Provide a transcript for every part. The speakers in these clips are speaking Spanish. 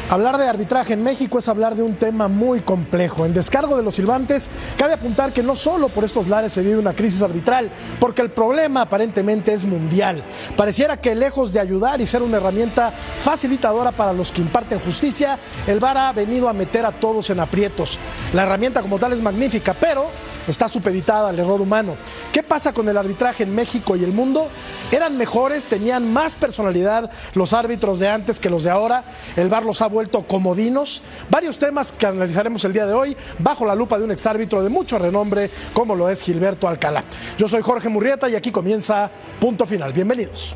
Hablar de arbitraje en México es hablar de un tema muy complejo. En descargo de los silbantes, cabe apuntar que no solo por estos lares se vive una crisis arbitral, porque el problema aparentemente es mundial. Pareciera que lejos de ayudar y ser una herramienta facilitadora para los que imparten justicia, el VAR ha venido a meter a todos en aprietos. La herramienta como tal es magnífica, pero está supeditada al error humano. ¿Qué pasa con el arbitraje en México y el mundo? ¿Eran mejores? ¿Tenían más personalidad los árbitros de antes que los de ahora? ¿El VAR los ha vuelto comodinos? Varios temas que analizaremos el día de hoy bajo la lupa de un exárbitro de mucho renombre como lo es Gilberto Alcalá. Yo soy Jorge Murrieta y aquí comienza Punto Final. Bienvenidos.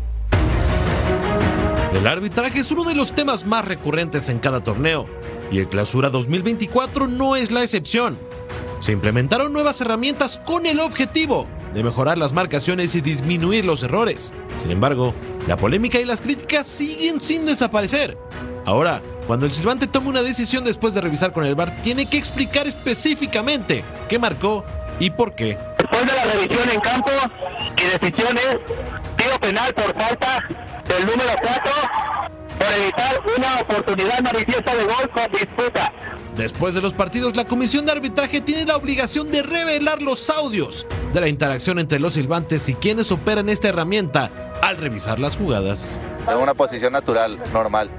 El arbitraje es uno de los temas más recurrentes en cada torneo y el Clausura 2024 no es la excepción. Se implementaron nuevas herramientas con el objetivo de mejorar las marcaciones y disminuir los errores. Sin embargo, la polémica y las críticas siguen sin desaparecer. Ahora, cuando el silbante toma una decisión después de revisar con el VAR, tiene que explicar específicamente qué marcó y por qué. Después de la revisión en campo, mi decisión es tiro penal por falta del número 4 por evitar una oportunidad manifiesta de gol con disputa. Después de los partidos, la Comisión de Arbitraje tiene la obligación de revelar los audios de la interacción entre los silbantes y quienes operan esta herramienta al revisar las jugadas. En una posición natural, normal.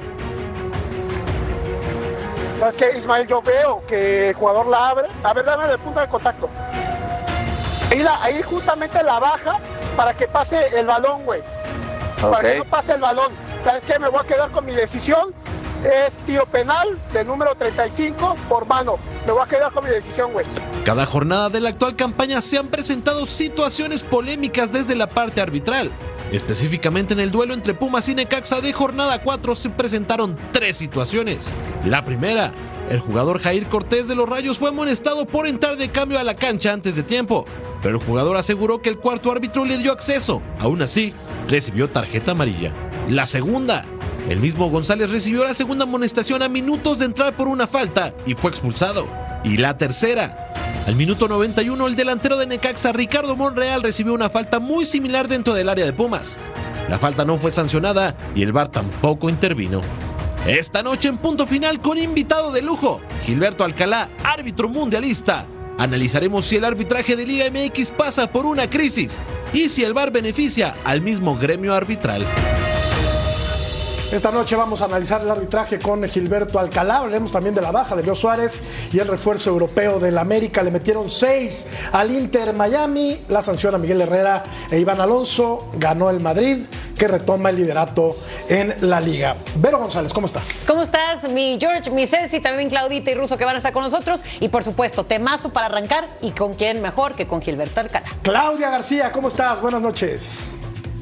No, es que Ismael, yo veo que el jugador la abre. A ver, dame el punto de contacto. Ahí justamente la baja para que pase el balón, güey. Okay. Para que no pase el balón. ¿Sabes qué? Me voy a quedar con mi decisión. Es tiro penal del número 35 por mano. Me voy a quedar con mi decisión, güey. Cada jornada de la actual campaña se han presentado situaciones polémicas desde la parte arbitral. Específicamente en el duelo entre Pumas y Necaxa de jornada 4 se presentaron 3 situaciones. La primera, el jugador Jair Cortés de los Rayos fue amonestado por entrar de cambio a la cancha antes de tiempo, pero el jugador aseguró que el cuarto árbitro le dio acceso. Aún así, recibió tarjeta amarilla. La segunda, el mismo González recibió la segunda amonestación a minutos de entrar por una falta y fue expulsado. Y la tercera, al minuto 91, el delantero de Necaxa, Ricardo Monreal, recibió una falta muy similar dentro del área de Pumas. La falta no fue sancionada y el VAR tampoco intervino. Esta noche en Punto Final con invitado de lujo, Gilberto Alcalá, árbitro mundialista. Analizaremos si el arbitraje de Liga MX pasa por una crisis y si el VAR beneficia al mismo gremio arbitral. Esta noche vamos a analizar el arbitraje con Gilberto Alcalá. Hablaremos también de la baja de Leo Suárez y el refuerzo europeo del América. Le metieron 6 al Inter Miami. La sanción a Miguel Herrera e Iván Alonso. Ganó el Madrid, que retoma el liderato en la Liga. Vero González, ¿cómo estás? ¿Cómo estás? Mi George, mi Ceci, también Claudita y Russo, que van a estar con nosotros. Y por supuesto, temazo para arrancar. ¿Y con quién mejor que con Gilberto Alcalá? Claudia García, ¿cómo estás? Buenas noches.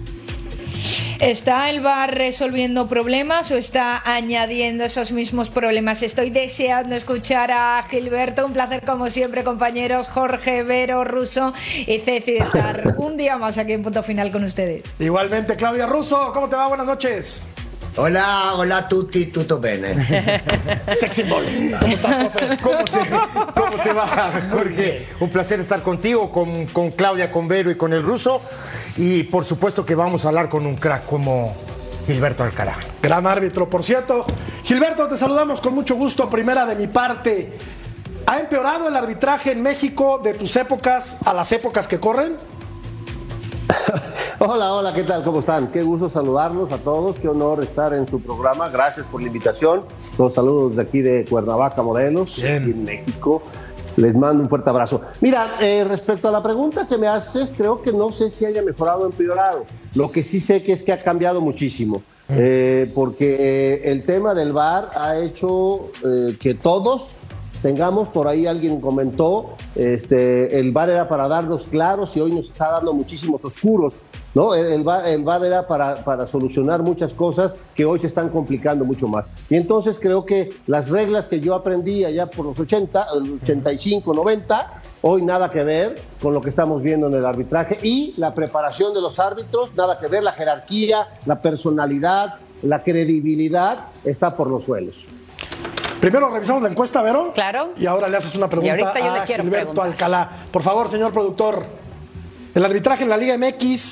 ¿Está el VAR resolviendo problemas o está añadiendo esos mismos problemas? Estoy deseando escuchar a Gilberto. Un placer como siempre, compañeros. Jorge, Vero, Russo y Ceci, de estar un día más aquí en Punto Final con ustedes. Igualmente, Claudia Russo, ¿cómo te va? Buenas noches. Hola, hola a tutti, tutto bene. Sexy ball. ¿Cómo estás, profe? ¿Cómo te va, Jorge? Un placer estar contigo, con Claudia, con Vero y con el Russo. Y por supuesto que vamos a hablar con un crack como Gilberto Alcalá. Gran árbitro, por cierto. Gilberto, te saludamos con mucho gusto. Primera de mi parte. ¿Ha empeorado el arbitraje en México de tus épocas a las épocas que corren? Hola, ¿qué tal? ¿Cómo están? Qué gusto saludarlos a todos, qué honor estar en su programa, gracias por la invitación. Los saludos de aquí de Cuernavaca, Morelos, aquí en México. Les mando un fuerte abrazo. Mira, respecto a la pregunta que me haces, creo que no sé si haya mejorado o empeorado. Lo que sí sé que es que ha cambiado muchísimo, porque el tema del VAR ha hecho que todos tengamos, por ahí alguien comentó, el VAR era para darnos claros y hoy nos está dando muchísimos oscuros, ¿no? El VAR era para solucionar muchas cosas que hoy se están complicando mucho más. Y entonces creo que las reglas que yo aprendí allá por los 80, 85, 90, hoy nada que ver con lo que estamos viendo en el arbitraje y la preparación de los árbitros, nada que ver, la jerarquía, la personalidad, la credibilidad está por los suelos. Primero revisamos la encuesta, Vero. Claro. Y ahora le haces una pregunta a Gilberto Alcalá. Por favor, señor productor. El arbitraje en la Liga MX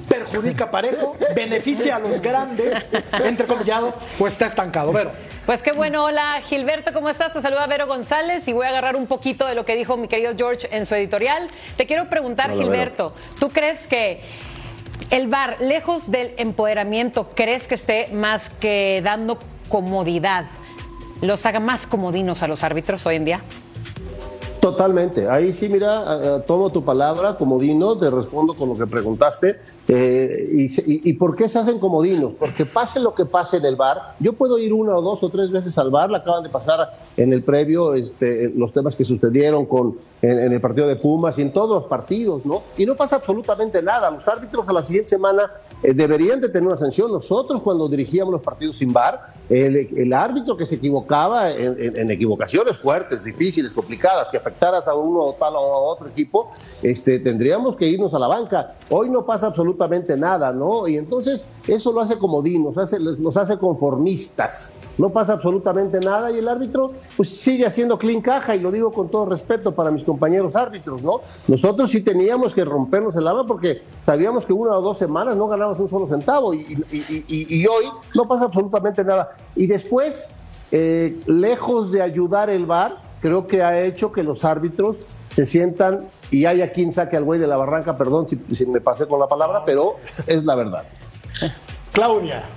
perjudica parejo, beneficia a los grandes, entrecomillado, o está estancado. Vero. Pues qué bueno, hola Gilberto, ¿cómo estás? Te saluda Vero González y voy a agarrar un poquito de lo que dijo mi querido George en su editorial. Te quiero preguntar, hola, Gilberto, Vero. ¿Tú crees que el VAR, lejos del empoderamiento, crees que esté más que dando comodidad, los haga más comodinos a los árbitros hoy en día? Totalmente. Ahí sí, mira, tomo tu palabra, comodino, te respondo con lo que preguntaste. ¿Y por qué se hacen comodinos? Porque pase lo que pase en el VAR, yo puedo ir 1 o 2 o 3 veces al VAR, la acaban de pasar en el previo, los temas que sucedieron en el partido de Pumas y en todos los partidos, ¿no? Y no pasa absolutamente nada. Los árbitros a la siguiente semana deberían de tener una sanción. Nosotros, cuando dirigíamos los partidos sin VAR, el árbitro que se equivocaba en equivocaciones fuertes, difíciles, complicadas, que afectaras a uno o tal o a otro equipo, tendríamos que irnos a la banca. Hoy no pasa absolutamente nada, ¿no? Y entonces eso lo hace comodín, nos hace conformistas. No pasa absolutamente nada y el árbitro pues sigue haciendo clean caja, y lo digo con todo respeto para mis compañeros árbitros, ¿no? Nosotros sí teníamos que rompernos el alma porque sabíamos que 1 o 2 semanas no ganábamos un solo centavo y hoy no pasa absolutamente nada. Y después, lejos de ayudar el VAR, creo que ha hecho que los árbitros se sientan y haya quien saque al güey de la barranca, perdón si me pasé con la palabra, pero es la verdad. Claudia.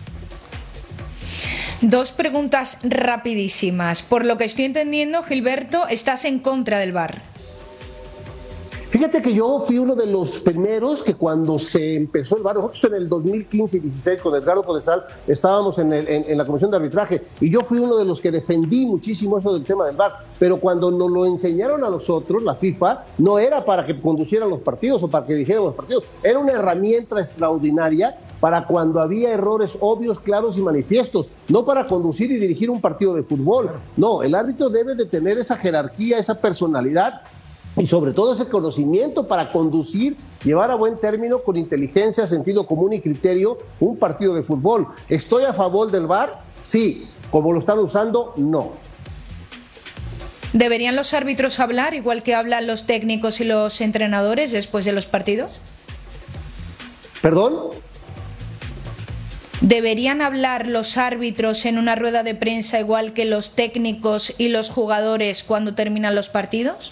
2 preguntas rapidísimas. Por lo que estoy entendiendo, Gilberto, estás en contra del VAR. Fíjate que yo fui uno de los primeros que cuando se empezó el VAR, nosotros en el 2015 y 16 con Edgardo Codesal estábamos en la comisión de arbitraje y yo fui uno de los que defendí muchísimo eso del tema del VAR, pero cuando nos lo enseñaron a nosotros, la FIFA, no era para que conducieran los partidos o para que dijeran los partidos, era una herramienta extraordinaria para cuando había errores obvios, claros y manifiestos, no para conducir y dirigir un partido de fútbol. No, el árbitro debe de tener esa jerarquía, esa personalidad y sobre todo ese conocimiento para conducir, llevar a buen término con inteligencia, sentido común y criterio un partido de fútbol. ¿Estoy a favor del VAR? Sí. ¿Cómo lo están usando? No. ¿Deberían los árbitros hablar igual que hablan los técnicos y los entrenadores después de los partidos? ¿Perdón? ¿Deberían hablar los árbitros en una rueda de prensa igual que los técnicos y los jugadores cuando terminan los partidos?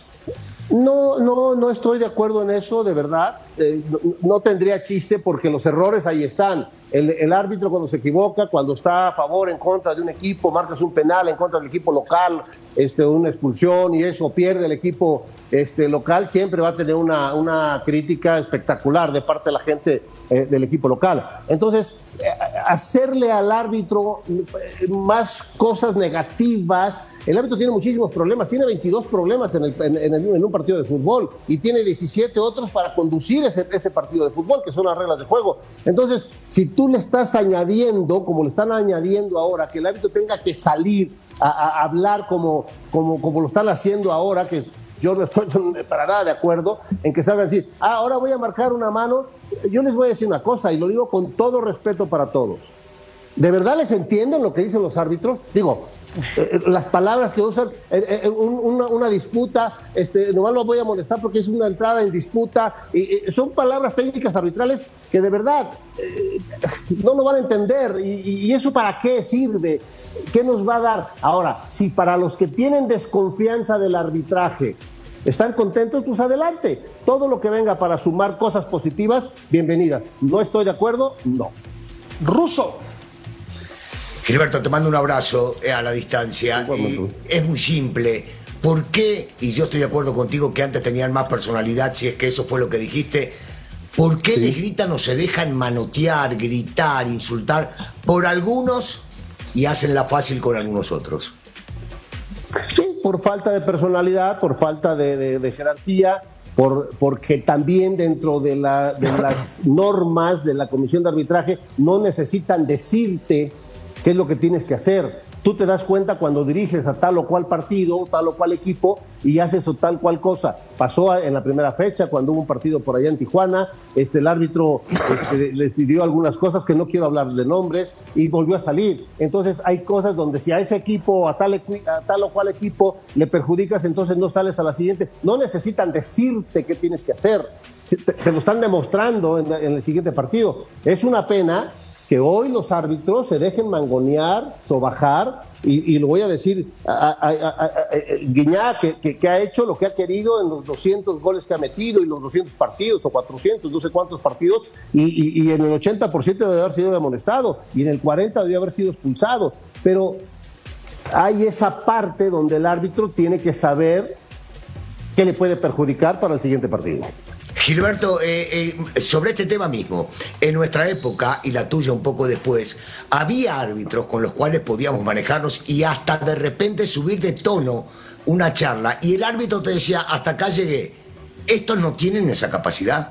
No estoy de acuerdo en eso, de verdad. No tendría chiste porque los errores ahí están. El árbitro cuando se equivoca, cuando está a favor, en contra de un equipo, marcas un penal en contra del equipo local, una expulsión y eso, pierde el equipo local, siempre va a tener una crítica espectacular de parte de la gente del equipo local. Entonces, hacerle al árbitro más cosas negativas, el árbitro tiene muchísimos problemas, tiene 22 problemas en un partido de fútbol y tiene 17 otros para conducir ese partido de fútbol, que son las reglas de juego. Entonces, si tú le estás añadiendo, como le están añadiendo ahora, que el árbitro tenga que salir a hablar como lo están haciendo ahora, que yo no estoy para nada de acuerdo en que salgan a decir, ahora voy a marcar una mano. Yo les voy a decir una cosa, y lo digo con todo respeto para todos. ¿De verdad les entienden lo que dicen los árbitros? Digo, las palabras que usan, una disputa, nomás lo voy a molestar porque es una entrada en disputa, son palabras técnicas arbitrales que de verdad no lo van a entender. ¿Y eso para qué sirve? ¿Qué nos va a dar? Ahora, si para los que tienen desconfianza del arbitraje están contentos, pues adelante. Todo lo que venga para sumar cosas positivas, bienvenida. ¿No estoy de acuerdo? No. Russo. Gilberto, te mando un abrazo a la distancia. Es muy simple. ¿Por qué? Y yo estoy de acuerdo contigo que antes tenían más personalidad, si es que eso fue lo que dijiste. ¿Por qué les gritan o se dejan manotear, gritar, insultar por algunos y hacen la fácil con algunos otros? Sí, por falta de personalidad, por falta de jerarquía, porque también dentro de las normas de la comisión de arbitraje no necesitan decirte qué es lo que tienes que hacer. Tú te das cuenta cuando diriges a tal o cual partido, tal o cual equipo y haces o tal cual cosa. Pasó en la primera fecha cuando hubo un partido por allá en Tijuana, el árbitro les pidió algunas cosas que no quiero hablar de nombres y volvió a salir. Entonces hay cosas donde si a ese equipo, a tal o cual equipo le perjudicas, entonces no sales a la siguiente. No necesitan decirte qué tienes que hacer. te lo están demostrando en el siguiente partido. Es una pena que hoy los árbitros se dejen mangonear, sobajar, y lo voy a decir, Guiñac, que ha hecho lo que ha querido en los 200 goles que ha metido y los 200 partidos, o 400, no sé cuántos partidos, y en el 80% debe haber sido amonestado, y en el 40% debe haber sido expulsado. Pero hay esa parte donde el árbitro tiene que saber qué le puede perjudicar para el siguiente partido. Gilberto, sobre este tema mismo, en nuestra época y la tuya un poco después, había árbitros con los cuales podíamos manejarnos y hasta de repente subir de tono una charla y el árbitro te decía, hasta acá llegué. ¿Estos no tienen esa capacidad?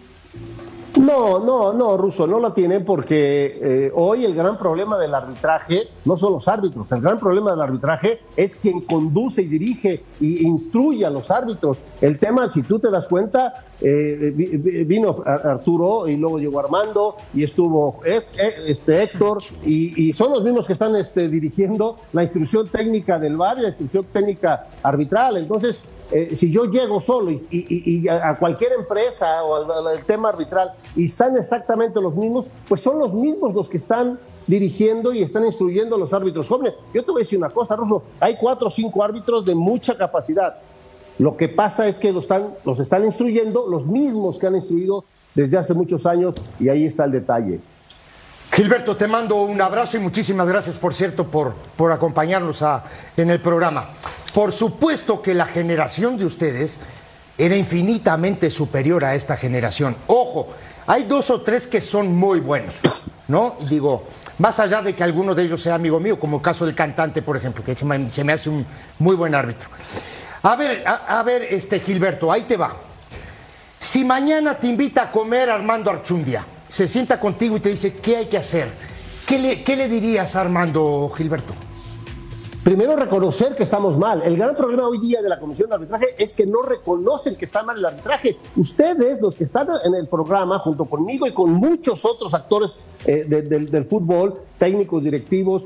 No, Russo, no la tienen porque hoy el gran problema del arbitraje no son los árbitros, el gran problema del arbitraje es quien conduce y dirige e instruye a los árbitros. El tema, si tú te das cuenta, vino Arturo y luego llegó Armando y estuvo Héctor y son los mismos que están dirigiendo la instrucción técnica del VAR y la instrucción técnica arbitral. Entonces, si yo llego solo y a cualquier empresa o al tema arbitral y están exactamente los mismos, pues son los mismos los que están dirigiendo y están instruyendo a los árbitros jóvenes. Yo te voy a decir una cosa, Russo, hay 4 o 5 árbitros de mucha capacidad. Lo que pasa es que los están instruyendo los mismos que han instruido desde hace muchos años y ahí está el detalle. Gilberto, te mando un abrazo y muchísimas gracias, por cierto, por acompañarnos en el programa. Por supuesto que la generación de ustedes era infinitamente superior a esta generación. Ojo, hay 2 o 3 que son muy buenos, ¿no? Digo, más allá de que alguno de ellos sea amigo mío, como el caso del cantante, por ejemplo, que se me hace un muy buen árbitro. A ver, Gilberto, ahí te va. Si mañana te invita a comer Armando Archundia, se sienta contigo y te dice, ¿qué hay que hacer? ¿Qué le dirías a Armando, Gilberto? Primero, reconocer que estamos mal. El gran problema hoy día de la Comisión de Arbitraje es que no reconocen que está mal el arbitraje. Ustedes, los que están en el programa, junto conmigo y con muchos otros actores del fútbol, técnicos, directivos,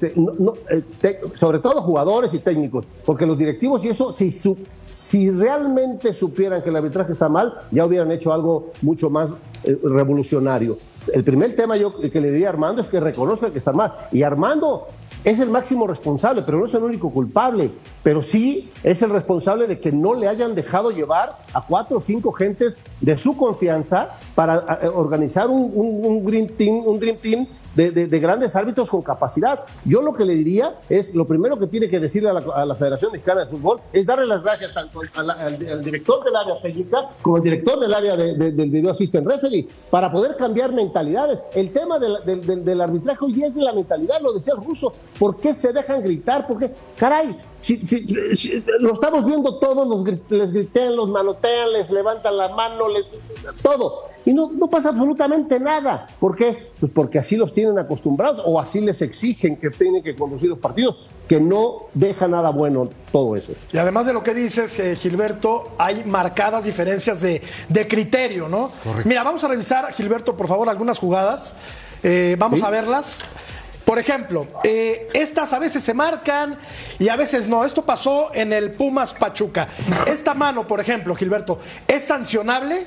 sobre todo jugadores y técnicos, porque los directivos y eso, si realmente supieran que el arbitraje está mal, ya hubieran hecho algo mucho más revolucionario. El primer tema que le diría a Armando es que reconozca que está mal. Y Armando es el máximo responsable, pero no es el único culpable. Pero sí es el responsable de que no le hayan dejado llevar a 4 o 5 gentes de su confianza para organizar un Dream Team de grandes árbitros con capacidad. Yo lo que le diría es, lo primero que tiene que decirle a la Federación Mexicana de Fútbol es darle las gracias tanto al director del área técnica como al director del área del Video Assistant Referee para poder cambiar mentalidades. El tema del arbitraje hoy día es de la mentalidad, lo decía el Russo. ¿Por qué se dejan gritar? ¿Por qué? Caray, si lo estamos viendo todos, les gritean, los manotean, les levantan la mano, todo. Y no pasa absolutamente nada. ¿Por qué? Pues porque así los tienen acostumbrados o así les exigen que tienen que conducir los partidos, que no deja nada bueno todo eso. Y además de lo que dices, Gilberto, hay marcadas diferencias de criterio, ¿no? Correcto. Mira, vamos a revisar, Gilberto, por favor, algunas jugadas. Vamos a verlas. Por ejemplo, estas a veces se marcan y a veces no. Esto pasó en el Pumas Pachuca. Esta mano, por ejemplo, Gilberto, ¿es sancionable?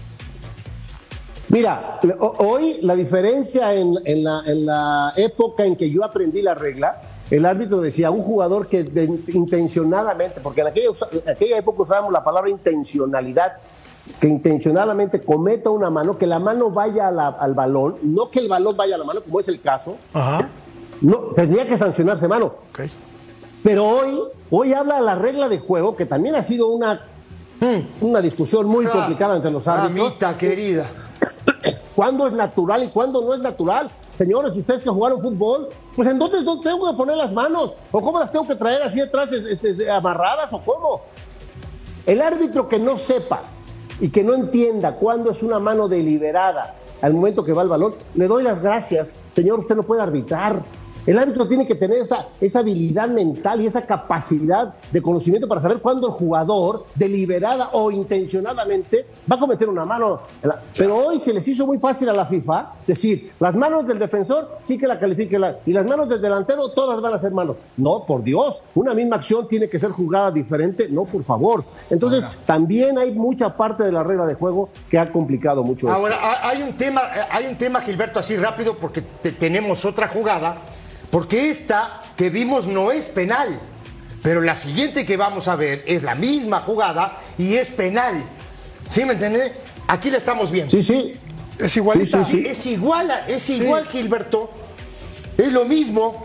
Mira, hoy la diferencia en la época en que yo aprendí la regla, el árbitro decía, un jugador que intencionadamente, porque en aquella época usábamos la palabra intencionalidad, que intencionalmente cometa una mano, que la mano vaya al balón, no que el balón vaya a la mano, como es el caso. Ajá. No, tendría que sancionarse mano. Okay. Pero hoy habla la regla de juego, que también ha sido una discusión muy complicada entre los árbitros. Mamita querida. ¿Cuándo es natural y cuándo no es natural? Señores, ustedes que jugaron fútbol, pues entonces no tengo que poner las manos, o cómo las tengo que traer así atrás amarradas, o cómo. El árbitro que no sepa y que no entienda cuándo es una mano deliberada al momento que va el balón, le doy las gracias. Señor, usted no puede arbitrar. El árbitro tiene que tener esa habilidad mental y esa capacidad de conocimiento para saber cuándo el jugador, deliberada o intencionadamente, va a cometer una mano. Pero hoy se les hizo muy fácil a la FIFA decir, las manos del defensor sí que la califique, y las manos del delantero todas van a ser manos. No, por Dios, una misma acción tiene que ser jugada diferente. No, por favor. Entonces, también hay mucha parte de la regla de juego que ha complicado mucho eso. Ahora, hay un tema, Gilberto, así rápido, porque tenemos otra jugada. Porque esta que vimos no es penal, pero la siguiente que vamos a ver es la misma jugada y es penal. ¿Sí me entiendes? Aquí la estamos viendo. Sí. Es igualita. Sí. Es igual, Gilberto. Es lo mismo.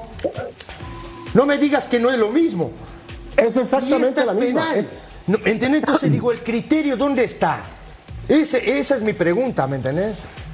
No me digas que no es lo mismo. Es exactamente la misma. No, ¿entendés? Entonces digo, ¿el criterio dónde está? Esa es mi pregunta, ¿me entendés?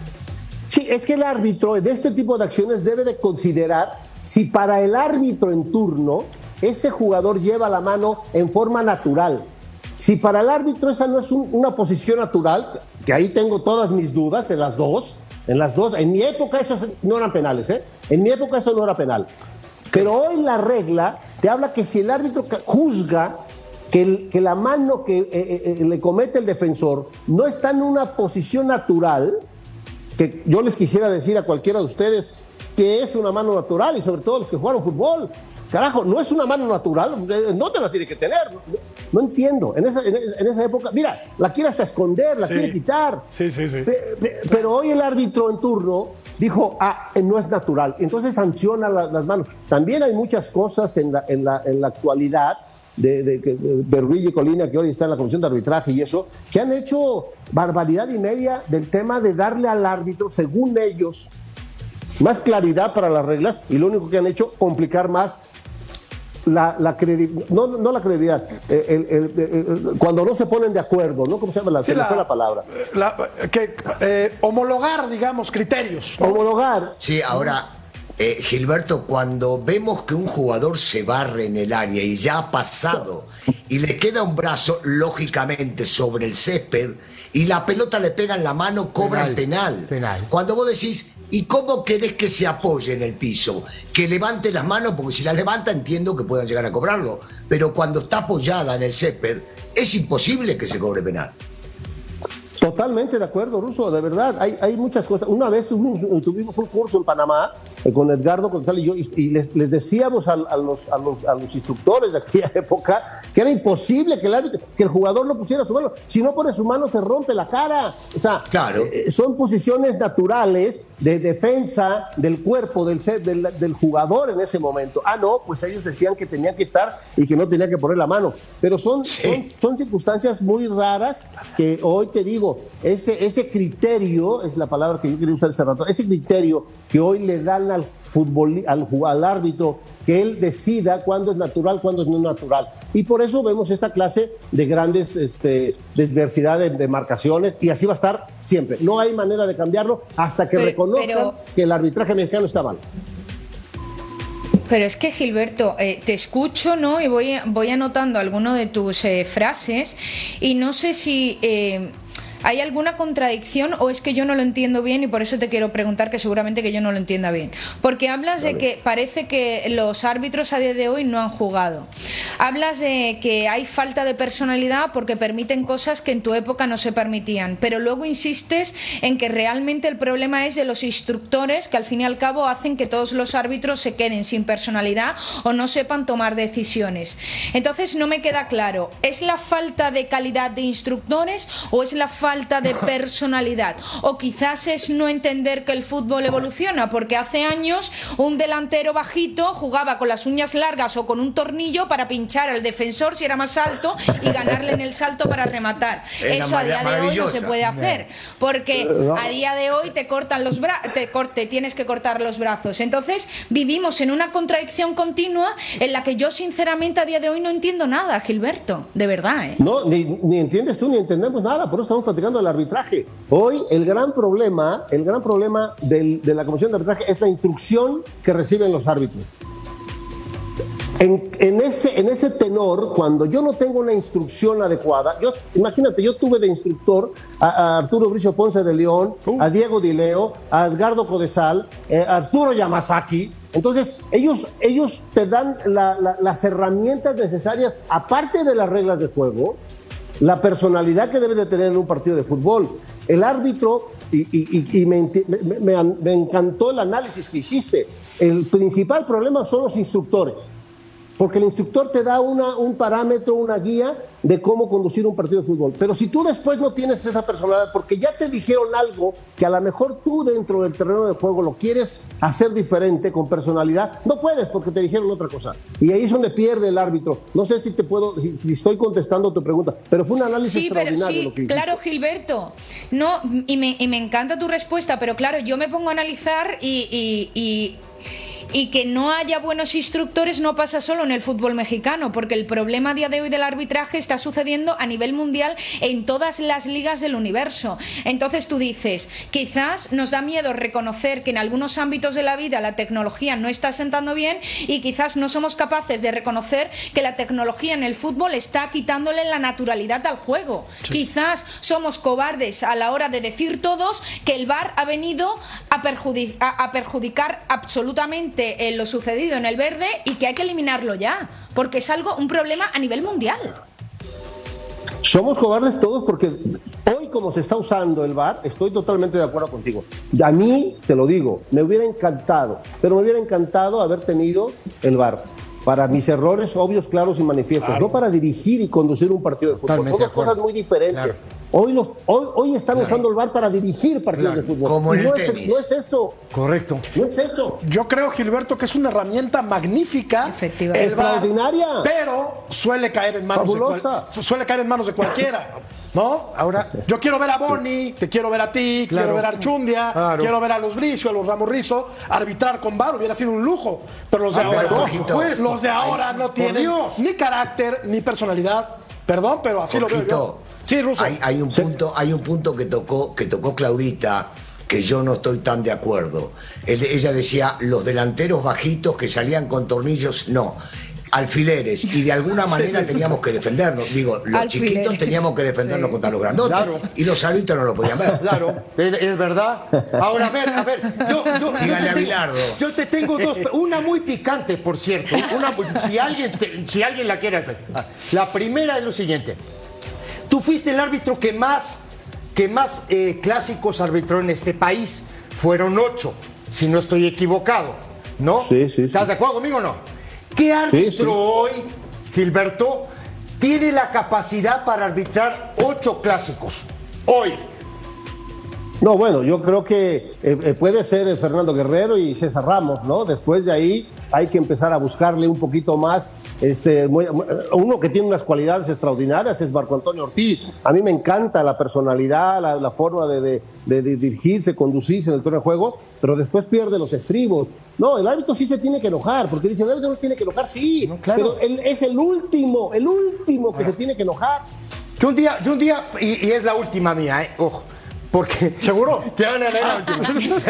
Sí, es que el árbitro en este tipo de acciones debe de considerar si para el árbitro en turno ese jugador lleva la mano en forma natural. Si para el árbitro esa no es una posición natural, que ahí tengo todas mis dudas en las dos, en mi época esos no eran penales, en mi época eso no era penal. Pero hoy la regla te habla que si el árbitro juzga que la mano que le comete el defensor no está en una posición natural, que yo les quisiera decir a cualquiera de ustedes que es una mano natural, y sobre todo los que jugaron fútbol. Carajo, no es una mano natural, no te la tiene que tener. No entiendo. En esa época, mira, la quiere hasta esconder, la quiere quitar. Sí. Pero hoy el árbitro en turno dijo, no es natural. Entonces sanciona las manos. También hay muchas cosas en la actualidad de Berruilla y Colina, que hoy está en la comisión de arbitraje y eso, que han hecho barbaridad y media del tema de darle al árbitro, según ellos, más claridad para las reglas, y lo único que han hecho, complicar más la credibilidad, no la credibilidad, cuando no se ponen de acuerdo, ¿no? ¿Cómo se llama? Se me fue la palabra. Homologar, digamos, criterios, ¿no? Homologar. Sí, ahora, Gilberto, cuando vemos que un jugador se barre en el área y ya ha pasado y le queda un brazo, lógicamente, sobre el césped y la pelota le pega en la mano, cobran penal. Cuando vos decís, ¿y cómo querés que se apoye en el piso? Que levante las manos, porque si las levanta entiendo que puedan llegar a cobrarlo, pero cuando está apoyada en el césped es imposible que se cobre penal. Totalmente de acuerdo, Russo, de verdad, hay muchas cosas. Una vez tuvimos un curso en Panamá con Edgardo González y yo, y les decíamos a los instructores de aquella época que era imposible que el jugador no pusiera su mano. Si no pone su mano, te rompe la cara. O sea, claro. Son posiciones naturales de defensa del cuerpo del jugador en ese momento. No, pues ellos decían que tenía que estar y que no tenía que poner la mano. Pero son circunstancias muy raras que hoy te digo, ese criterio, es la palabra que yo quería usar hace rato, ese criterio que hoy le dan al árbitro, que él decida cuándo es natural, cuándo es no natural. Y por eso vemos esta clase de grandes diversidad de marcaciones, y así va a estar siempre. No hay manera de cambiarlo hasta que reconozcan que el arbitraje mexicano está mal. Pero es que, Gilberto, te escucho, ¿no? Y voy anotando algunas de tus frases, y no sé si ¿hay alguna contradicción o es que yo no lo entiendo bien? Y por eso te quiero preguntar, que seguramente que yo no lo entienda bien. Porque hablas de que parece que los árbitros a día de hoy no han jugado. Hablas de que hay falta de personalidad porque permiten cosas que en tu época no se permitían. Pero luego insistes en que realmente el problema es de los instructores, que al fin y al cabo hacen que todos los árbitros se queden sin personalidad o no sepan tomar decisiones. Entonces no me queda claro, ¿es la falta de calidad de instructores o es la falta de personalidad? O quizás es no entender que el fútbol evoluciona, porque hace años un delantero bajito jugaba con las uñas largas o con un tornillo para pinchar al defensor si era más alto y ganarle en el salto para rematar. Eso a día de hoy no se puede hacer, porque a día de hoy te cortan los tienes que cortar los brazos. Entonces vivimos en una contradicción continua en la que yo sinceramente a día de hoy no entiendo nada, Gilberto, de verdad. No, ni entiendes tú ni entendemos nada, por eso estamos platicando del arbitraje. Hoy el gran problema de la comisión de arbitraje es la instrucción que reciben los árbitros. En ese tenor, cuando yo no tengo una instrucción adecuada, imagínate, yo tuve de instructor a Arturo Bricio Ponce de León, a Diego Di Leo, a Edgardo Codesal, a Arturo Yamazaki, Entonces, ellos te dan las herramientas necesarias, aparte de las reglas de juego, la personalidad que debe de tener en un partido de fútbol. El árbitro, y me encantó el análisis que hiciste, el principal problema son los instructores. Porque el instructor te da un parámetro, una guía de cómo conducir un partido de fútbol. Pero si tú después no tienes esa personalidad, porque ya te dijeron algo que a lo mejor tú dentro del terreno de juego lo quieres hacer diferente, con personalidad, no puedes porque te dijeron otra cosa. Y ahí es donde pierde el árbitro. No sé si estoy contestando tu pregunta, pero fue un análisis extraordinario. Sí, claro, Gilberto. No, y me encanta tu respuesta, pero claro, yo me pongo a analizar y que no haya buenos instructores no pasa solo en el fútbol mexicano, porque el problema a día de hoy del arbitraje está sucediendo a nivel mundial en todas las ligas del universo. Entonces tú dices, quizás nos da miedo reconocer que en algunos ámbitos de la vida la tecnología no está sentando bien y quizás no somos capaces de reconocer que la tecnología en el fútbol está quitándole la naturalidad al juego. Sí. Quizás somos cobardes a la hora de decir todos que el VAR ha venido a perjudicar absolutamente lo sucedido en el verde y que hay que eliminarlo ya, porque es un problema a nivel mundial. Somos cobardes todos porque hoy, como se está usando el VAR, estoy totalmente de acuerdo contigo. A mí, te lo digo, me hubiera encantado, pero me hubiera encantado haber tenido el VAR para mis errores obvios, claros y manifiestos, claro, no para dirigir y conducir un partido de fútbol. Totalmente. Son dos cosas muy diferentes. Claro. Hoy están usando el VAR para dirigir partidos de fútbol. Como en el tenis. No es eso. Correcto. No es eso. Yo creo, Gilberto, que es una herramienta magnífica, extraordinaria, pero suele caer en manos de cualquiera. ¿No? Ahora, yo quiero ver a Boni, te quiero ver a ti, claro, quiero ver a Archundia, claro, quiero ver a los Bricio, a los Ramos Rizo. Arbitrar con VAR hubiera sido un lujo, pero los de ahora no tienen ni carácter ni personalidad. Perdón, pero así lo veo yo. Sí, Russo. Hay un punto que tocó Claudita, que yo no estoy tan de acuerdo. Ella decía, los delanteros bajitos que salían con tornillos, no. Alfileres, y de alguna manera teníamos que defendernos. Digo, los chiquitos teníamos que defendernos contra los grandotes, claro, y los árbitros no lo podían ver. Claro, es verdad. Ahora, a ver, yo te tengo dos, una muy picante, por cierto. Si alguien la quiere ver. La primera es lo siguiente. Tú fuiste el árbitro que más clásicos arbitró en este país. Fueron 8, si no estoy equivocado, ¿no? Sí. ¿Estás de acuerdo conmigo o no? ¿Qué árbitro hoy, Gilberto, tiene la capacidad para arbitrar 8 clásicos? Hoy. No, bueno, yo creo que puede ser Fernando Guerrero y César Ramos, ¿no? Después de ahí hay que empezar a buscarle un poquito más. Uno que tiene unas cualidades extraordinarias es Marco Antonio Ortiz. A mí me encanta la personalidad, la forma de dirigirse, conducirse en el terreno de juego, pero después pierde los estribos. No, el árbitro sí se tiene que enojar, porque dice, el árbitro no tiene que enojar, sí, no, claro, pero él es el último que se tiene que enojar. Yo un día, y es la última mía, ojo. Porque seguro te van a leer la última.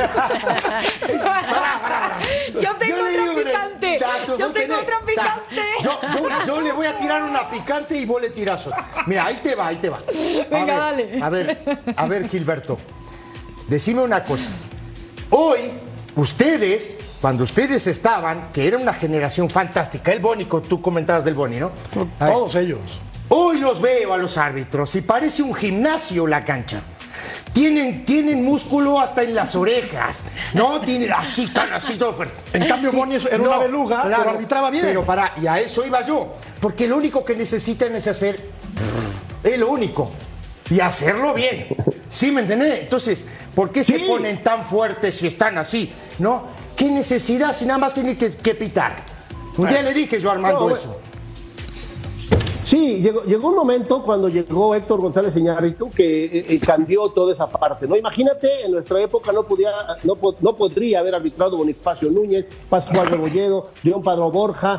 Yo tengo otra picante. Yo le voy a tirar una picante y vos le tirás otra. Mira, ahí te va. Venga, dale. A ver, Gilberto, decime una cosa. Hoy, cuando ustedes estaban, que era una generación fantástica, el Boni, tú comentabas del Boni, ¿no? Todos ellos. Hoy los veo a los árbitros y parece un gimnasio la cancha. Tienen músculo hasta en las orejas, ¿no? Tienen así todo fuerte. En cambio, Boni era una beluga, claro, pero arbitraba bien. Pero y a eso iba yo. Porque lo único que necesitan es hacer, es lo único, y hacerlo bien. ¿Sí me entendés? Entonces, ¿por qué se ponen tan fuertes si están así, no? ¿Qué necesidad si nada más tienen que pitar? Un día le dije yo a Armando eso. Sí, llegó un momento cuando llegó Héctor González Iñárritu que cambió toda esa parte, ¿no? Imagínate, en nuestra época no podría haber arbitrado Bonifacio Núñez, Pascual Rebolledo, León Padrón Borja,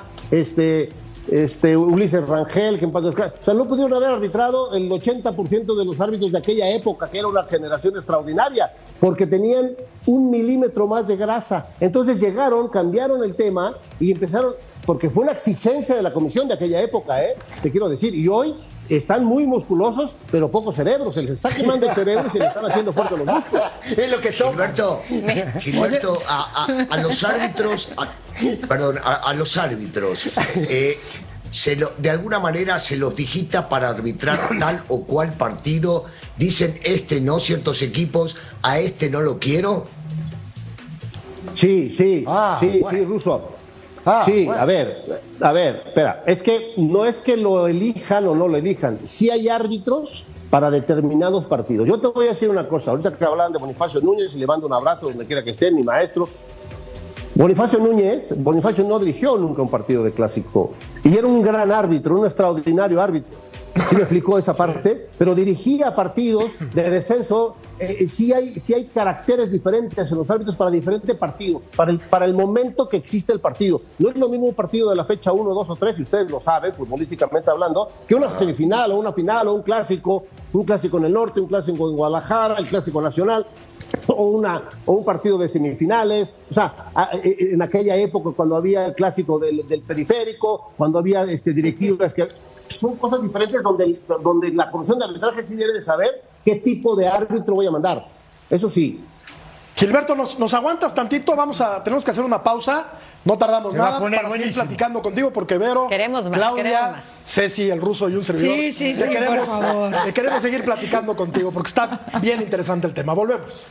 Ulises Rangel, que en paz descanse. O sea, no pudieron haber arbitrado el 80% de los árbitros de aquella época, que era una generación extraordinaria, porque tenían 1 milímetro más de grasa. Entonces cambiaron el tema y empezaron, porque fue una exigencia de la comisión de aquella época, te quiero decir, y hoy están muy musculosos, pero poco cerebro. Se les está quemando el cerebro y se les están haciendo fuertes los músculos. Es lo que Gilberto, a los árbitros, a los árbitros, de alguna manera se los digita para arbitrar tal o cual partido. Dicen, no, ciertos equipos, a no lo quiero. Sí, Russo. Sí, bueno. A ver, espera, es que no es que lo elijan o no lo elijan, sí hay árbitros para determinados partidos. Yo te voy a decir una cosa, ahorita que hablan de Bonifacio Núñez, y le mando un abrazo donde quiera que esté, mi maestro. Bonifacio no dirigió nunca un partido de clásico, y era un gran árbitro, un extraordinario árbitro. Sí me explicó esa parte, pero dirigía partidos de descenso. Sí hay caracteres diferentes en los árbitros para diferentes partidos, para el momento que existe el partido. No es lo mismo un partido de la fecha 1, 2 o 3, y ustedes lo saben, futbolísticamente hablando, que una semifinal o una final o un clásico en el norte, un clásico en Guadalajara, el clásico nacional, o un partido de semifinales. O sea, en aquella época cuando había el clásico del periférico, cuando había directivas que... Son cosas diferentes donde la comisión de arbitraje sí debe de saber qué tipo de árbitro voy a mandar. Eso sí. Gilberto, ¿nos aguantas tantito? Tenemos que hacer una pausa. No tardamos nada para seguir platicando contigo, porque Vero, Claudia, Ceci, el Ruso y un servidor. Sí, por favor. Queremos seguir platicando contigo porque está bien interesante el tema. Volvemos.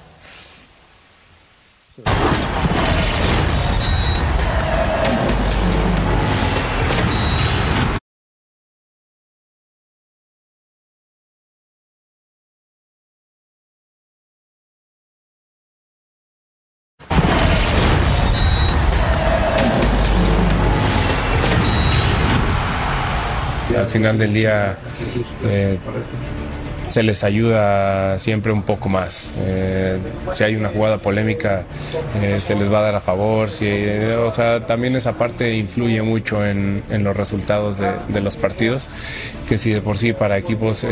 Al final del día se les ayuda siempre un poco más. Si hay una jugada polémica, se les va a dar a favor. O sea, también esa parte influye mucho en los resultados de los partidos, que si de por sí para equipos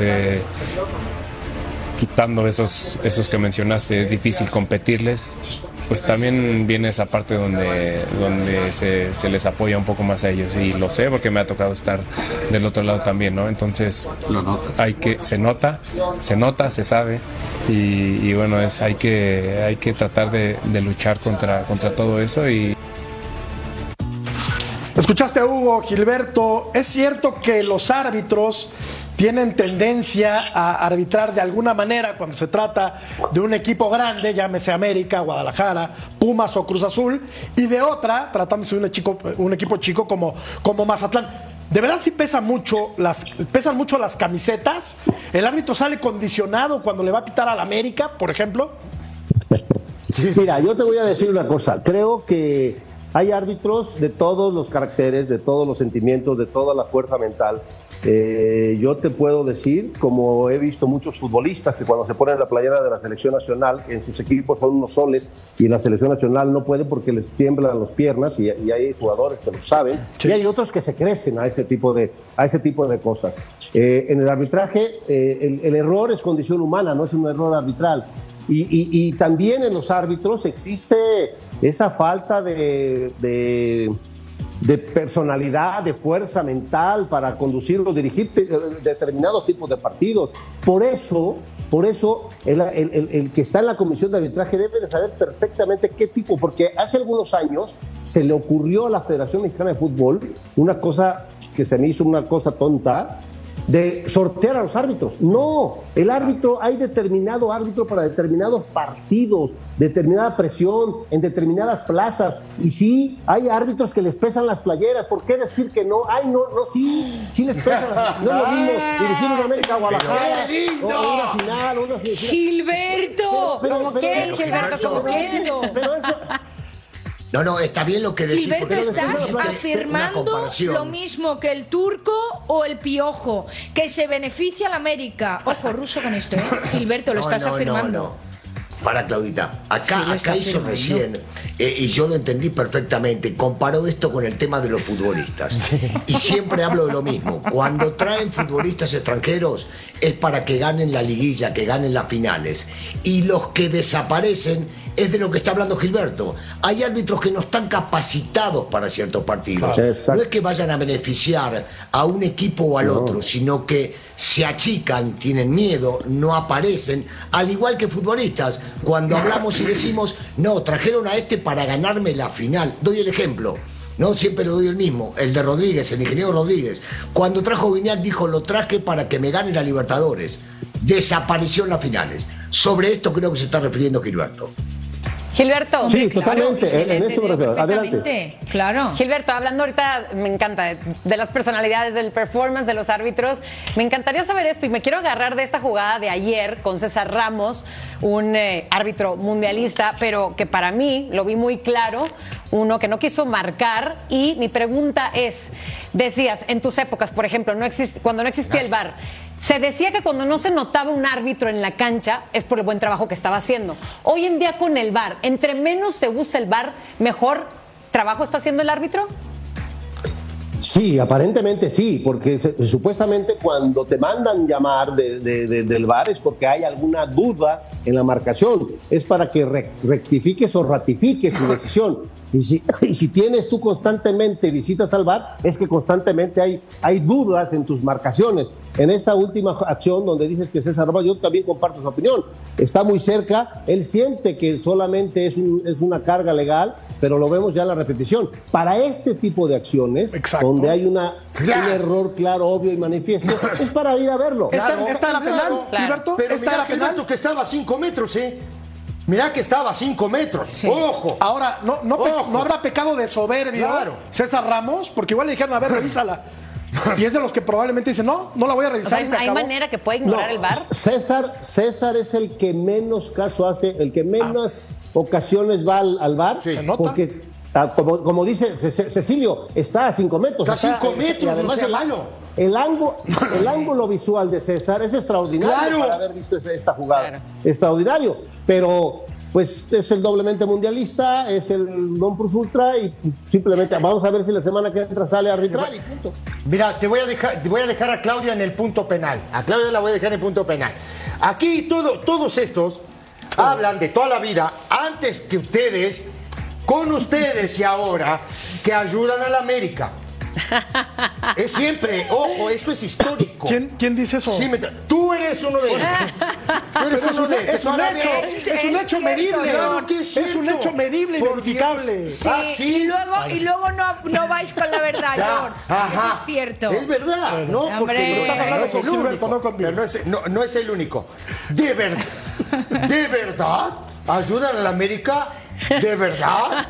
quitando esos que mencionaste es difícil competirles, pues también viene esa parte donde se les apoya un poco más a ellos, y lo sé porque me ha tocado estar del otro lado también, ¿no? Entonces se nota, se sabe, y bueno, hay que tratar de luchar contra todo eso. Y escuchaste a Hugo, Gilberto. Es cierto que los árbitros tienen tendencia a arbitrar de alguna manera cuando se trata de un equipo grande, llámese América, Guadalajara, Pumas o Cruz Azul, y de otra, tratándose de un equipo chico como Mazatlán. ¿De verdad sí pesan mucho las camisetas? ¿El árbitro sale condicionado cuando le va a pitar al América, por ejemplo? Sí. Mira, yo te voy a decir una cosa. Creo que hay árbitros de todos los caracteres, de todos los sentimientos, de toda la fuerza mental. Yo te puedo decir, como he visto muchos futbolistas que cuando se ponen la playera de la selección nacional, en sus equipos son unos soles, y en la selección nacional no puede porque les tiemblan las piernas, y hay jugadores que lo saben, sí. Y hay otros que se crecen a ese tipo de cosas. En el arbitraje, el error es condición humana, no es un error arbitral. Y también en los árbitros existe esa falta de personalidad, de fuerza mental para conducir o dirigir determinados tipos de partidos. Por eso el que está en la comisión de arbitraje debe de saber perfectamente qué tipo, porque hace algunos años se le ocurrió a la Federación Mexicana de Fútbol una cosa que se me hizo una cosa tonta, de sortear a los árbitros. No, hay determinado árbitro para determinados partidos, determinada presión en determinadas plazas, y sí, hay árbitros que les pesan las playeras. ¿Por qué decir que no? Sí les pesan. No es lo mismo dirigir una América Guadalajara o una final o una semifinal. ¡Gilberto! ¿Cómo quién, Gilberto? ¿Cómo quién? Pero eso... No, está bien lo que decís. Gilberto, estás afirmando lo mismo que el Turco o el Piojo, que se beneficia a la América. Ojo, Ruso, con esto, ¿eh? Gilberto, lo estás afirmando. Para Claudita, acá hizo recién, y yo lo entendí perfectamente, comparó esto con el tema de los futbolistas. Y siempre hablo de lo mismo. Cuando traen futbolistas extranjeros es para que ganen la liguilla, que ganen las finales. Y los que desaparecen es de lo que está hablando Gilberto. Hay árbitros que no están capacitados para ciertos partidos. Exacto. No es que vayan a beneficiar a un equipo o al otro, sino que se achican, tienen miedo, no aparecen, al igual que futbolistas. Cuando hablamos y decimos, no, trajeron a este para ganarme la final. Doy el ejemplo. No, siempre lo doy el mismo, el de Rodríguez, el ingeniero Rodríguez. Cuando trajo Viñal dijo, lo traje para que me gane la Libertadores. Desapareció en las finales. Sobre esto creo que se está refiriendo Gilberto. Gilberto. Sí, totalmente. En eso me refiero. Adelante. Claro. Gilberto, hablando ahorita, me encanta, de las personalidades, del performance de los árbitros, me encantaría saber esto y me quiero agarrar de esta jugada de ayer con César Ramos, un árbitro mundialista, pero que para mí lo vi muy claro, uno que no quiso marcar, y mi pregunta es, decías, en tus épocas, por ejemplo, cuando no existía el VAR, se decía que cuando no se notaba un árbitro en la cancha es por el buen trabajo que estaba haciendo. Hoy en día con el VAR, entre menos se usa el VAR, ¿mejor trabajo está haciendo el árbitro? Sí, aparentemente sí, porque supuestamente cuando te mandan llamar del VAR es porque hay alguna duda en la marcación, es para que rectifiques o ratifiques tu decisión. Y si tienes tú constantemente visitas al VAR, es que constantemente hay dudas en tus marcaciones. En esta última acción donde dices que César Ramos, yo también comparto su opinión, está muy cerca, él siente que solamente es una carga legal, pero lo vemos ya en la repetición. Para este tipo de acciones, donde hay un error claro, obvio y manifiesto, es para ir a verlo. Esta era penal, Gilberto. Pero esta era penal. Gilberto, que estaba a 5 metros, Mirá que estaba a 5 metros. Sí. ¡Ojo! Ahora, no habrá pecado de soberbio César Ramos, porque igual le dijeron, a ver, revísala. Y es de los que probablemente dicen, no la voy a revisar. O sea, ¿hay manera que pueda ignorar el VAR? César es el que menos caso hace, el que menos ocasiones va al VAR. Sí. ¿Se nota? Porque, como dice Cecilio, está a 5 metros. Está a 5 metros, y además el ángulo visual de César es extraordinario para haber visto esta jugada. Claro. Extraordinario. Pero pues es el doblemente mundialista, es el non plus ultra y pues, simplemente vamos a ver si la semana que entra sale a arbitrar y punto. Mira, te voy a dejar a Claudia en el punto penal. A Claudia la voy a dejar en el punto penal. Aquí todos estos hablan de toda la vida, antes que ustedes, con ustedes y ahora, que ayudan a la América. Es siempre, ojo, esto es histórico. ¿Quién dice eso? Sí, tú eres uno de ellos. Es un hecho medible. Claro que es un hecho medible y verificable. Sí, y luego no vais con la verdad, George. Eso es cierto. Es verdad, no, porque no es el único. No es el único. ¿De verdad ayudan a la América? ¿De verdad?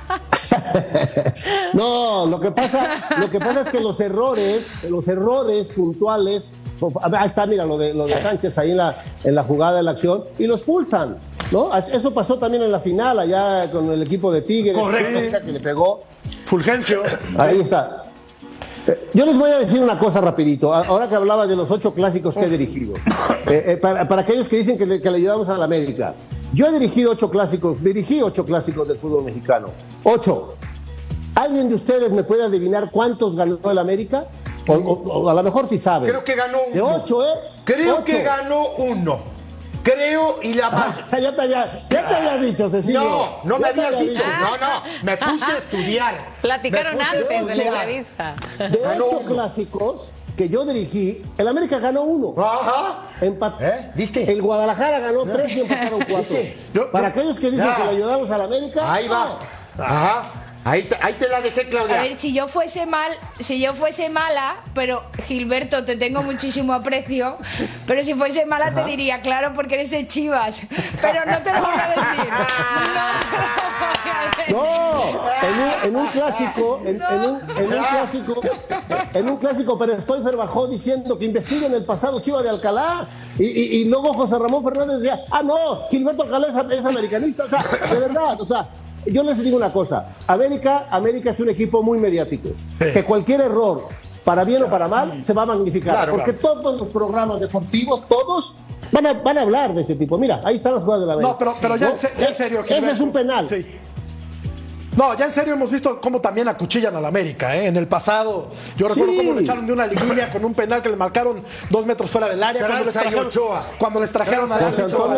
No, lo que pasa es que los errores puntuales, ahí está, mira, lo de Sánchez ahí en la jugada de la acción, y lo expulsan, ¿no? Eso pasó también en la final allá con el equipo de Tigres. Correcto. Que le pegó Fulgencio. Ahí está. Yo les voy a decir una cosa rapidito, ahora que hablaba de los 8 clásicos que he dirigido, para aquellos que dicen que le ayudamos a la América. Yo he dirigido 8 clásicos, dirigí 8 clásicos del fútbol mexicano. 8. ¿Alguien de ustedes me puede adivinar cuántos ganó el América? O a lo mejor sí sabe. Creo que ganó 1. De 8, Creo que ganó 1. Creo y la ya te había dicho, Cecilio. No me habías dicho. No, me puse a estudiar. Platicaron antes de la entrevista. De 8 clásicos que yo dirigí, el América ganó 1. Ajá. ¿Viste? El Guadalajara ganó 3 y empataron 4. Para aquellos que dicen que le ayudamos a la América. Ahí va. Ajá. Ahí te la dejé, Claudia. A ver, si yo fuese mala, pero Gilberto, te tengo muchísimo aprecio, pero si fuese mala te diría, claro, porque eres de Chivas, pero no te lo voy a decir. No, en un clásico, pero Stoifer bajó diciendo que investiguen el pasado Chivas de Alcalá y luego José Ramón Fernández decía, no, Gilberto Alcalá es americanista, o sea, de verdad, o sea. Yo les digo una cosa, América es un equipo muy mediático, que cualquier error, para bien o para mal, se va a magnificar, porque todos los programas deportivos, todos Van a hablar de ese tipo. Mira, ahí están las jugadas de la América. No, pero ya en serio, Gilberto. Ese es un penal. Sí. No, ya en serio hemos visto cómo también acuchillan al América, ¿eh? En el pasado, yo recuerdo cómo le echaron de una liguilla con un penal que le marcaron 2 metros fuera del área. Cuando les trajeron al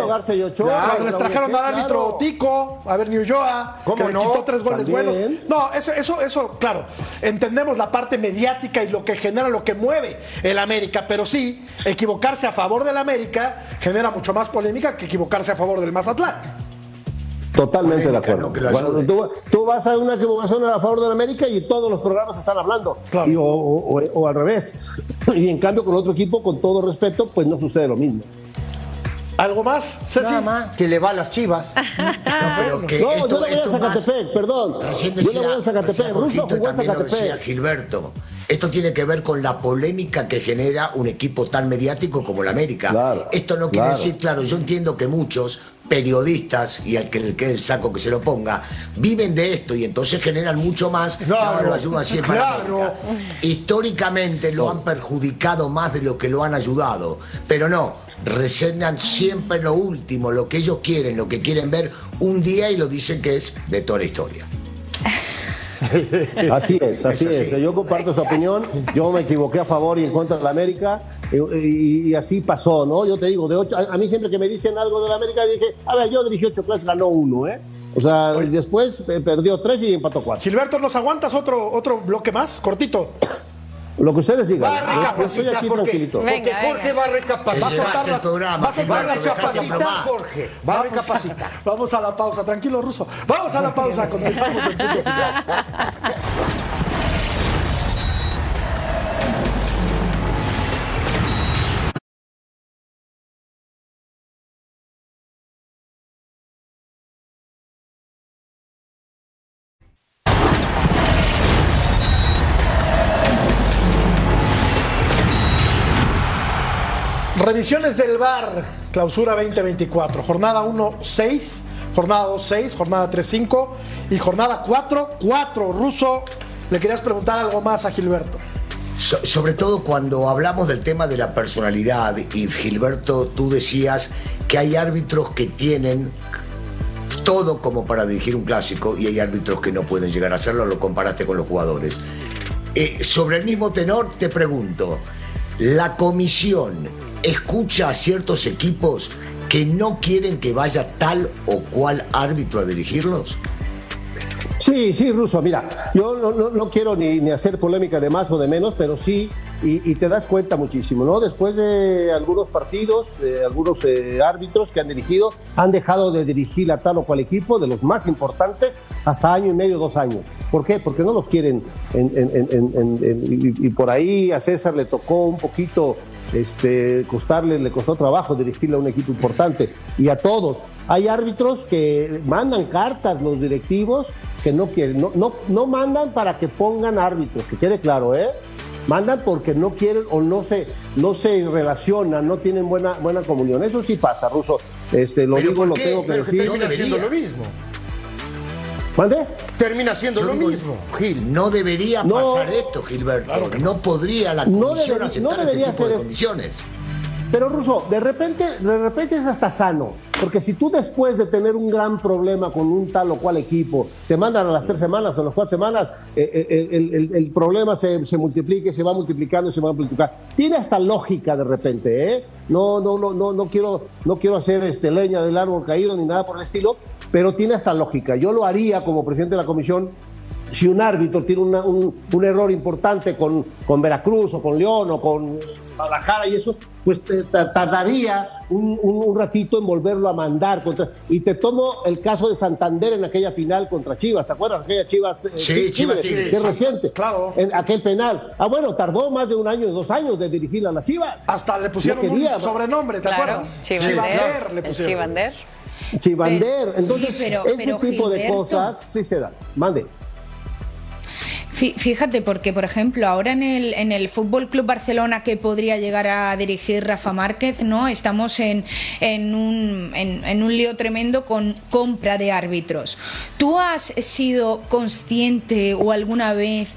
árbitro Tico, a Bernie Ulloa, que le quitó 3 goles buenos. No, eso, claro, entendemos la parte mediática y lo que genera, lo que mueve el América, pero sí, equivocarse a favor del América genera mucho más polémica que equivocarse a favor del Mazatlán. Totalmente de acuerdo. Bueno, tú vas a una equivocación a favor de la América y todos los programas están hablando. Claro. O al revés. Y en cambio con otro equipo, con todo respeto, pues no sucede lo mismo. ¿Algo más, Ceci? Nada más, que le va a las Chivas. Yo le voy a Zacatepec, perdón. Yo le voy a Zacatepec. Russo jugó en Zacatepec. Gilberto, esto tiene que ver con la polémica que genera un equipo tan mediático como el América. Claro, esto no quiere decir, claro, yo entiendo que muchos periodistas, y al que le quede el saco que se lo ponga, viven de esto y entonces generan mucho más. No lo ayudan siempre a la América. Históricamente lo han perjudicado más de lo que lo han ayudado, pero no, reseñan siempre lo último, lo que ellos quieren, lo que quieren ver un día y lo dicen que es de toda la historia. Así es. Yo comparto su opinión. Yo me equivoqué a favor y en contra de la América y así pasó, ¿no? Yo te digo, de 8, a mí siempre que me dicen algo de la América dije, a ver, yo dirigí 8 clases, ganó 1, ¿eh? O sea, después perdió 3 y empató 4. Gilberto, ¿nos aguantas otro bloque más? Cortito. Lo que ustedes digan. Yo estoy aquí tranquilito. Porque Jorge va a recapacitar. Va a recapacitar, Jorge. Va a recapacitar. Vamos a la pausa. Tranquilo, Russo. Vamos a la pausa. Continuamos en Punto Final. Revisiones del VAR, clausura 2024, jornada 1, 6, jornada 2, 6, jornada 3, 5 y jornada 4, 4. Russo, le querías preguntar algo más a Gilberto. Sobre todo cuando hablamos del tema de la personalidad, y Gilberto, tú decías que hay árbitros que tienen todo como para dirigir un clásico y hay árbitros que no pueden llegar a hacerlo, lo comparaste con los jugadores. Sobre el mismo tenor te pregunto, ¿la comisión escucha a ciertos equipos que no quieren que vaya tal o cual árbitro a dirigirlos? Sí, Russo, mira, yo no quiero ni hacer polémica de más o de menos, pero sí, y te das cuenta muchísimo, ¿no? Después de algunos partidos, algunos árbitros que han dirigido, han dejado de dirigir a tal o cual equipo, de los más importantes, hasta año y medio, 2 años. ¿Por qué? Porque no los quieren, y por ahí a César le tocó un poquito le costó trabajo dirigirle a un equipo importante, y a todos. Hay árbitros que mandan cartas, los directivos, que no quieren, no mandan para que pongan árbitros, que quede claro, mandan porque no quieren o no se relacionan, no tienen buena comunión. Eso sí pasa, Russo, lo digo, lo tengo que decir. Termina siendo lo mismo. ¿Mande? Termina siendo lo mismo, Gil. No debería pasar esto, Gilberto. Claro que no podría la comisión aceptar este tipo de condiciones. Pero, Russo, de repente es hasta sano. Porque si tú después de tener un gran problema con un tal o cual equipo, te mandan a las 3 semanas o a las 4 semanas, el problema se multiplica, se va multiplicando y se va a multiplicar. Tiene hasta lógica de repente, ¿eh? No quiero hacer leña del árbol caído ni nada por el estilo, pero tiene hasta lógica. Yo lo haría como presidente de la comisión. Si un árbitro tiene un error importante con Veracruz o con León o con Guadalajara y eso, pues tardaría un ratito en volverlo a mandar. Y te tomo el caso de Santander en aquella final contra Chivas. ¿Te acuerdas? Aquella Chivas Tigres, que es reciente. Claro. En aquel penal. Bueno, tardó más de 1 año, 2 años de dirigir a las Chivas. Hasta le pusieron un sobrenombre, ¿te acuerdas? Chivander le pusieron. Chivander. Entonces, sí, ese tipo de cosas sí se dan. Mande. Fíjate, porque por ejemplo ahora en el Fútbol Club Barcelona, que podría llegar a dirigir Rafa Márquez, ¿no? Estamos en un lío tremendo con compra de árbitros. ¿Tú has sido consciente o alguna vez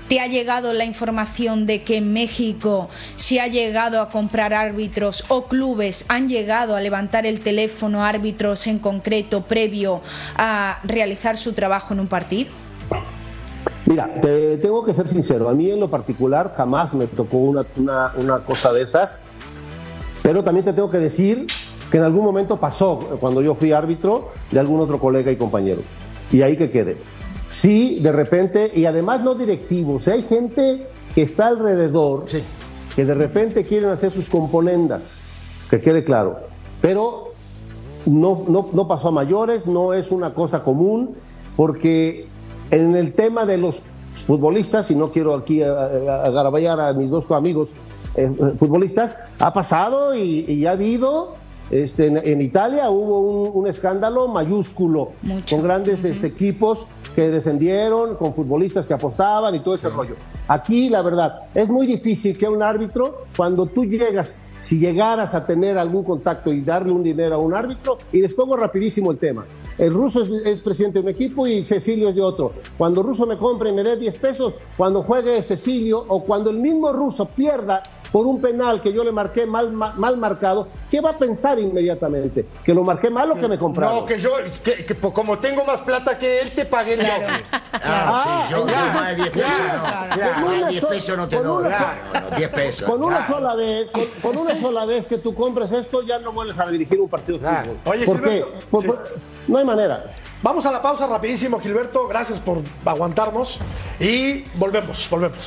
¿Te ha llegado la información de que en México se ha llegado a comprar árbitros o clubes han llegado a levantar el teléfono a árbitros en concreto previo a realizar su trabajo en un partido? Mira, te tengo que ser sincero, a mí en lo particular jamás me tocó una cosa de esas, pero también te tengo que decir que en algún momento pasó cuando yo fui árbitro de algún otro colega y compañero, y ahí que quede. Sí, de repente, y además no directivos, hay gente que está alrededor, que de repente quieren hacer sus componendas, que quede claro, pero no pasó a mayores, no es una cosa común, porque en el tema de los futbolistas, y no quiero aquí agaraballar a mis dos amigos futbolistas, ha pasado y ha habido, en Italia hubo un escándalo mayúsculo, con grandes equipos que descendieron, con futbolistas que apostaban y todo ese rollo. Aquí, la verdad, es muy difícil que un árbitro, cuando tú llegas, si llegaras a tener algún contacto y darle un dinero a un árbitro, y les pongo rapidísimo el tema. El Ruso es presidente de un equipo y Cecilio es de otro. Cuando Ruso me compre y me dé 10 pesos, cuando juegue Cecilio o cuando el mismo Ruso pierda por un penal que yo le marqué mal marcado, ¿qué va a pensar inmediatamente? ¿Que lo marqué mal o que me compraron? No, que yo, que como tengo más plata que él, te pagué el doble. Sí, yo más de 10 pesos no. 10 pesos no te doy. 10 pesos. Con una sola vez que tú compres esto, ya no vuelves a dirigir un partido de fútbol. Oye, ¿por qué? No hay manera. Vamos a la pausa rapidísimo, Gilberto. Gracias por aguantarnos. Y volvemos.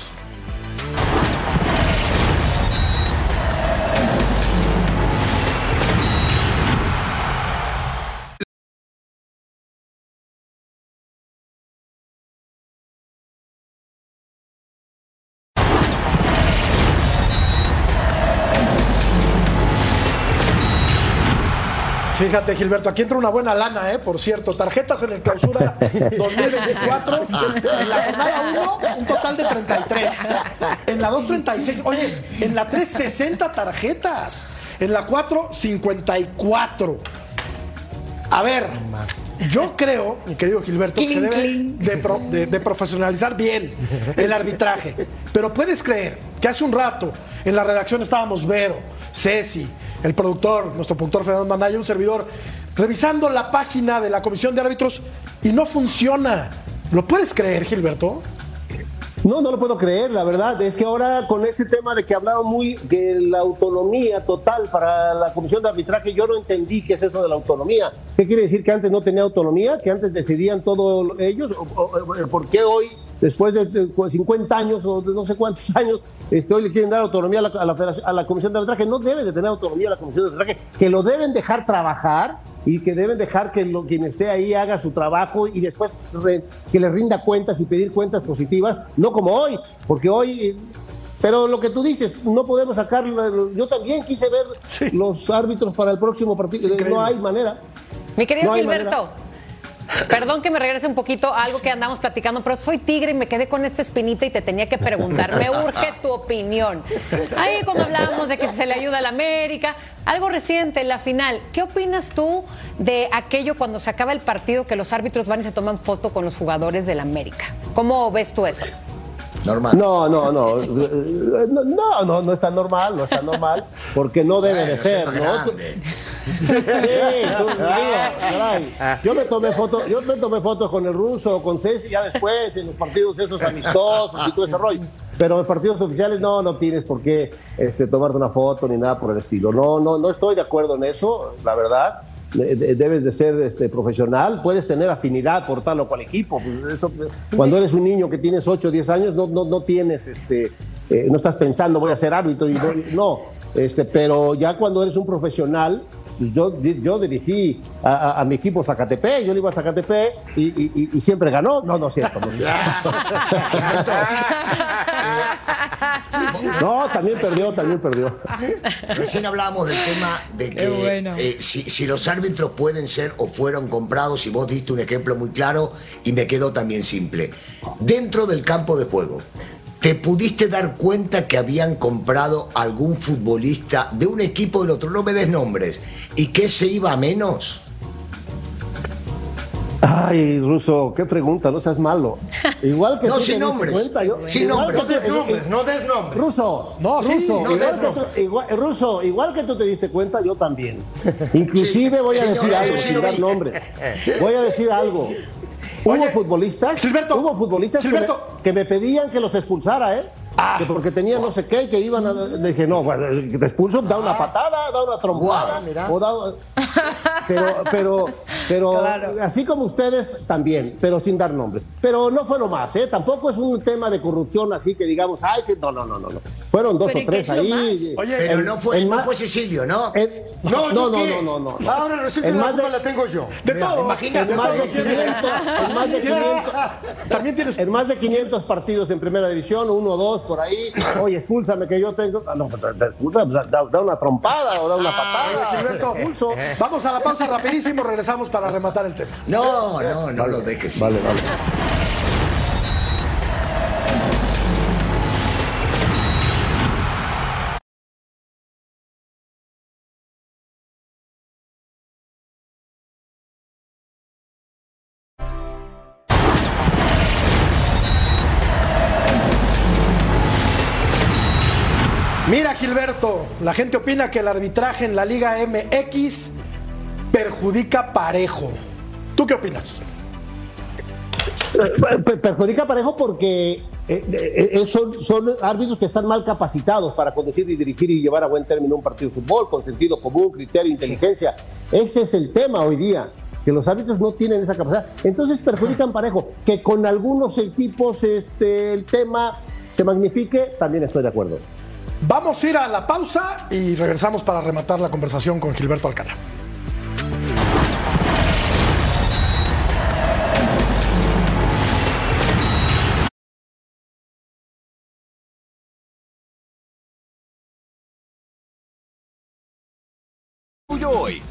Fíjate, Gilberto, aquí entra una buena lana, por cierto. Tarjetas en el Clausura 2024. En la jornada 1, un total de 33. En la 2, 36. Oye, en la 3, 60 tarjetas. En la 4, 54. A ver, yo creo, mi querido Gilberto, que se debe de profesionalizar bien el arbitraje. Pero puedes creer que hace un rato en la redacción estábamos Vero, Ceci, el productor, nuestro productor Fernando Manaya, un servidor, revisando la página de la Comisión de Árbitros y no funciona. ¿Lo puedes creer, Gilberto? No lo puedo creer, la verdad. Es que ahora con ese tema de que hablaron que la autonomía total para la Comisión de Arbitraje, yo no entendí qué es eso de la autonomía. ¿Qué quiere decir? ¿Que antes no tenía autonomía? ¿Que antes decidían todo ellos? ¿Por qué hoy, después de 50 años o de no sé cuántos años, hoy le quieren dar autonomía a la Comisión de Arbitraje? No debe de tener autonomía la Comisión de Arbitraje, que lo deben dejar trabajar y que deben dejar que quien esté ahí haga su trabajo y después que le rinda cuentas y pedir cuentas positivas, no como hoy, porque hoy... Pero lo que tú dices, no podemos sacar... Yo también quise ver los árbitros para el próximo partido. No hay manera. Mi querido Gilberto, perdón que me regrese un poquito a algo que andamos platicando, pero soy tigre y me quedé con esta espinita y te tenía que preguntar. Me urge tu opinión. Ahí como hablábamos de que se le ayuda a la América, algo reciente en la final. ¿Qué opinas tú de aquello cuando se acaba el partido que los árbitros van y se toman foto con los jugadores del América? ¿Cómo ves tú eso? Normal. No está normal, porque no debe de ser, ¿no? Yo me tomé fotos con el Ruso, con Ceci, ya después, en los partidos esos amistosos y todo ese rollo. Pero en partidos oficiales no tienes por qué tomarte una foto ni nada por el estilo. No estoy de acuerdo en eso, la verdad. Debes de ser profesional, puedes tener afinidad por tal o cual equipo. Eso, cuando eres un niño que tienes 8 o 10 años, no tienes, no estás pensando voy a ser árbitro y pero ya cuando eres un profesional, pues yo dirigí a mi equipo Zacatepec, yo le iba a Zacatepec y siempre ganó. No es cierto. No, también perdió. Recién hablábamos del tema de que si los árbitros pueden ser o fueron comprados, y vos diste un ejemplo muy claro y me quedó también simple. Dentro del campo de juego, ¿te pudiste dar cuenta que habían comprado algún futbolista de un equipo del otro? No me des nombres. ¿Y que se iba a menos? Ay, Ruso, qué pregunta, no seas malo. Igual que no, tú sin te nombres. diste cuenta, Sin nombres. No des nombres. Ruso, no, sí, Ruso, no des Ruso, igual que tú te diste cuenta, yo también. Inclusive voy a decir algo sin dar nombres. Voy a decir algo. Hubo futbolistas que me pedían que los expulsara, que porque tenían no sé qué y que iban a... Dije, no, bueno, te expulso, da una patada, da una trompada, o da... Pero claro. Así como ustedes también, pero sin dar nombres. Pero no fue lo más, tampoco es un tema de corrupción así que digamos, ay, que no. Fueron dos o tres ahí. Oye, pero no fue Cecilio, ¿no? No. Ahora resulta que la culpa la tengo yo. De todo. Imagínate. En más de 500 partidos en primera división, 1 o 2 por ahí. Oye, expúlsame que yo tengo. No, da una trompada o da una patada. Gilberto, vamos a la pausa rapidísimo, regresamos para rematar el tema. No lo dejes. Vale. Mira, Gilberto, la gente opina que el arbitraje en la Liga MX perjudica parejo. ¿Tú qué opinas? Perjudica parejo porque son árbitros que están mal capacitados para conducir y dirigir y llevar a buen término un partido de fútbol con sentido común, criterio, inteligencia. Ese es el tema hoy día, que los árbitros no tienen esa capacidad. Entonces perjudican parejo. Que con algunos equipos el tema se magnifique, también estoy de acuerdo. Vamos a ir a la pausa y regresamos para rematar la conversación con Gilberto Alcalá. Hoy.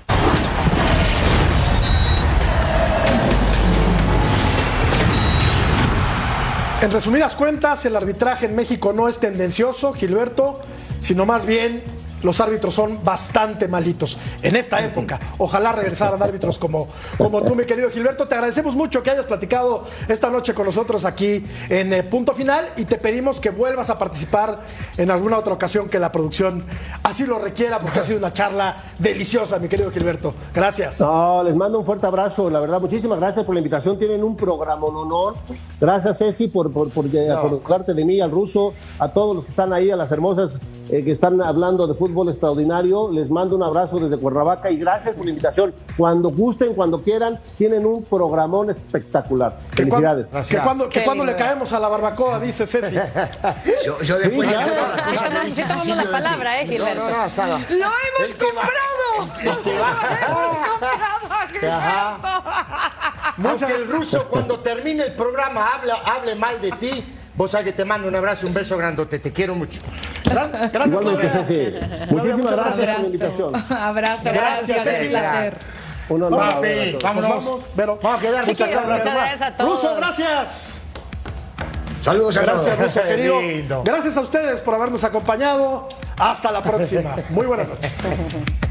En resumidas cuentas, el arbitraje en México no es tendencioso, Gilberto, sino más bien los árbitros son bastante malitos en esta época. Ojalá regresaran árbitros como tú, mi querido Gilberto. Te agradecemos mucho que hayas platicado esta noche con nosotros aquí en Punto Final y te pedimos que vuelvas a participar en alguna otra ocasión que la producción así lo requiera, porque ha sido una charla deliciosa, mi querido Gilberto. Gracias. No, les mando un fuerte abrazo, la verdad, muchísimas gracias por la invitación. Tienen un programa, un honor. Gracias, Ceci, por acordarte de mí, al Ruso, a todos los que están ahí, a las hermosas que están hablando de fútbol extraordinario. Les mando un abrazo desde Cuernavaca y gracias por la invitación. Cuando gusten, cuando quieran, tienen un programón espectacular. Felicidades. Que cuando le caemos a la barbacoa, dice Ceci. Yo después sí tomamos la palabra, Gilberto. ¡Lo hemos comprado! ¡Lo hemos comprado, Aunque el Ruso cuando termine el programa hable mal de ti, vos sabés que te mando un abrazo, un beso grandote, te quiero mucho. Gracias, igualmente, Ceci. Muchísimas gracias por la invitación. Abrazo. Gracias, Ceci. Un honor. Vámonos. Vamos a quedar muchas gracias a todos. Ruso, gracias. Saludos a todos. Gracias, Ruso, querido. Gracias a ustedes por habernos acompañado. Hasta la próxima. Muy buenas noches.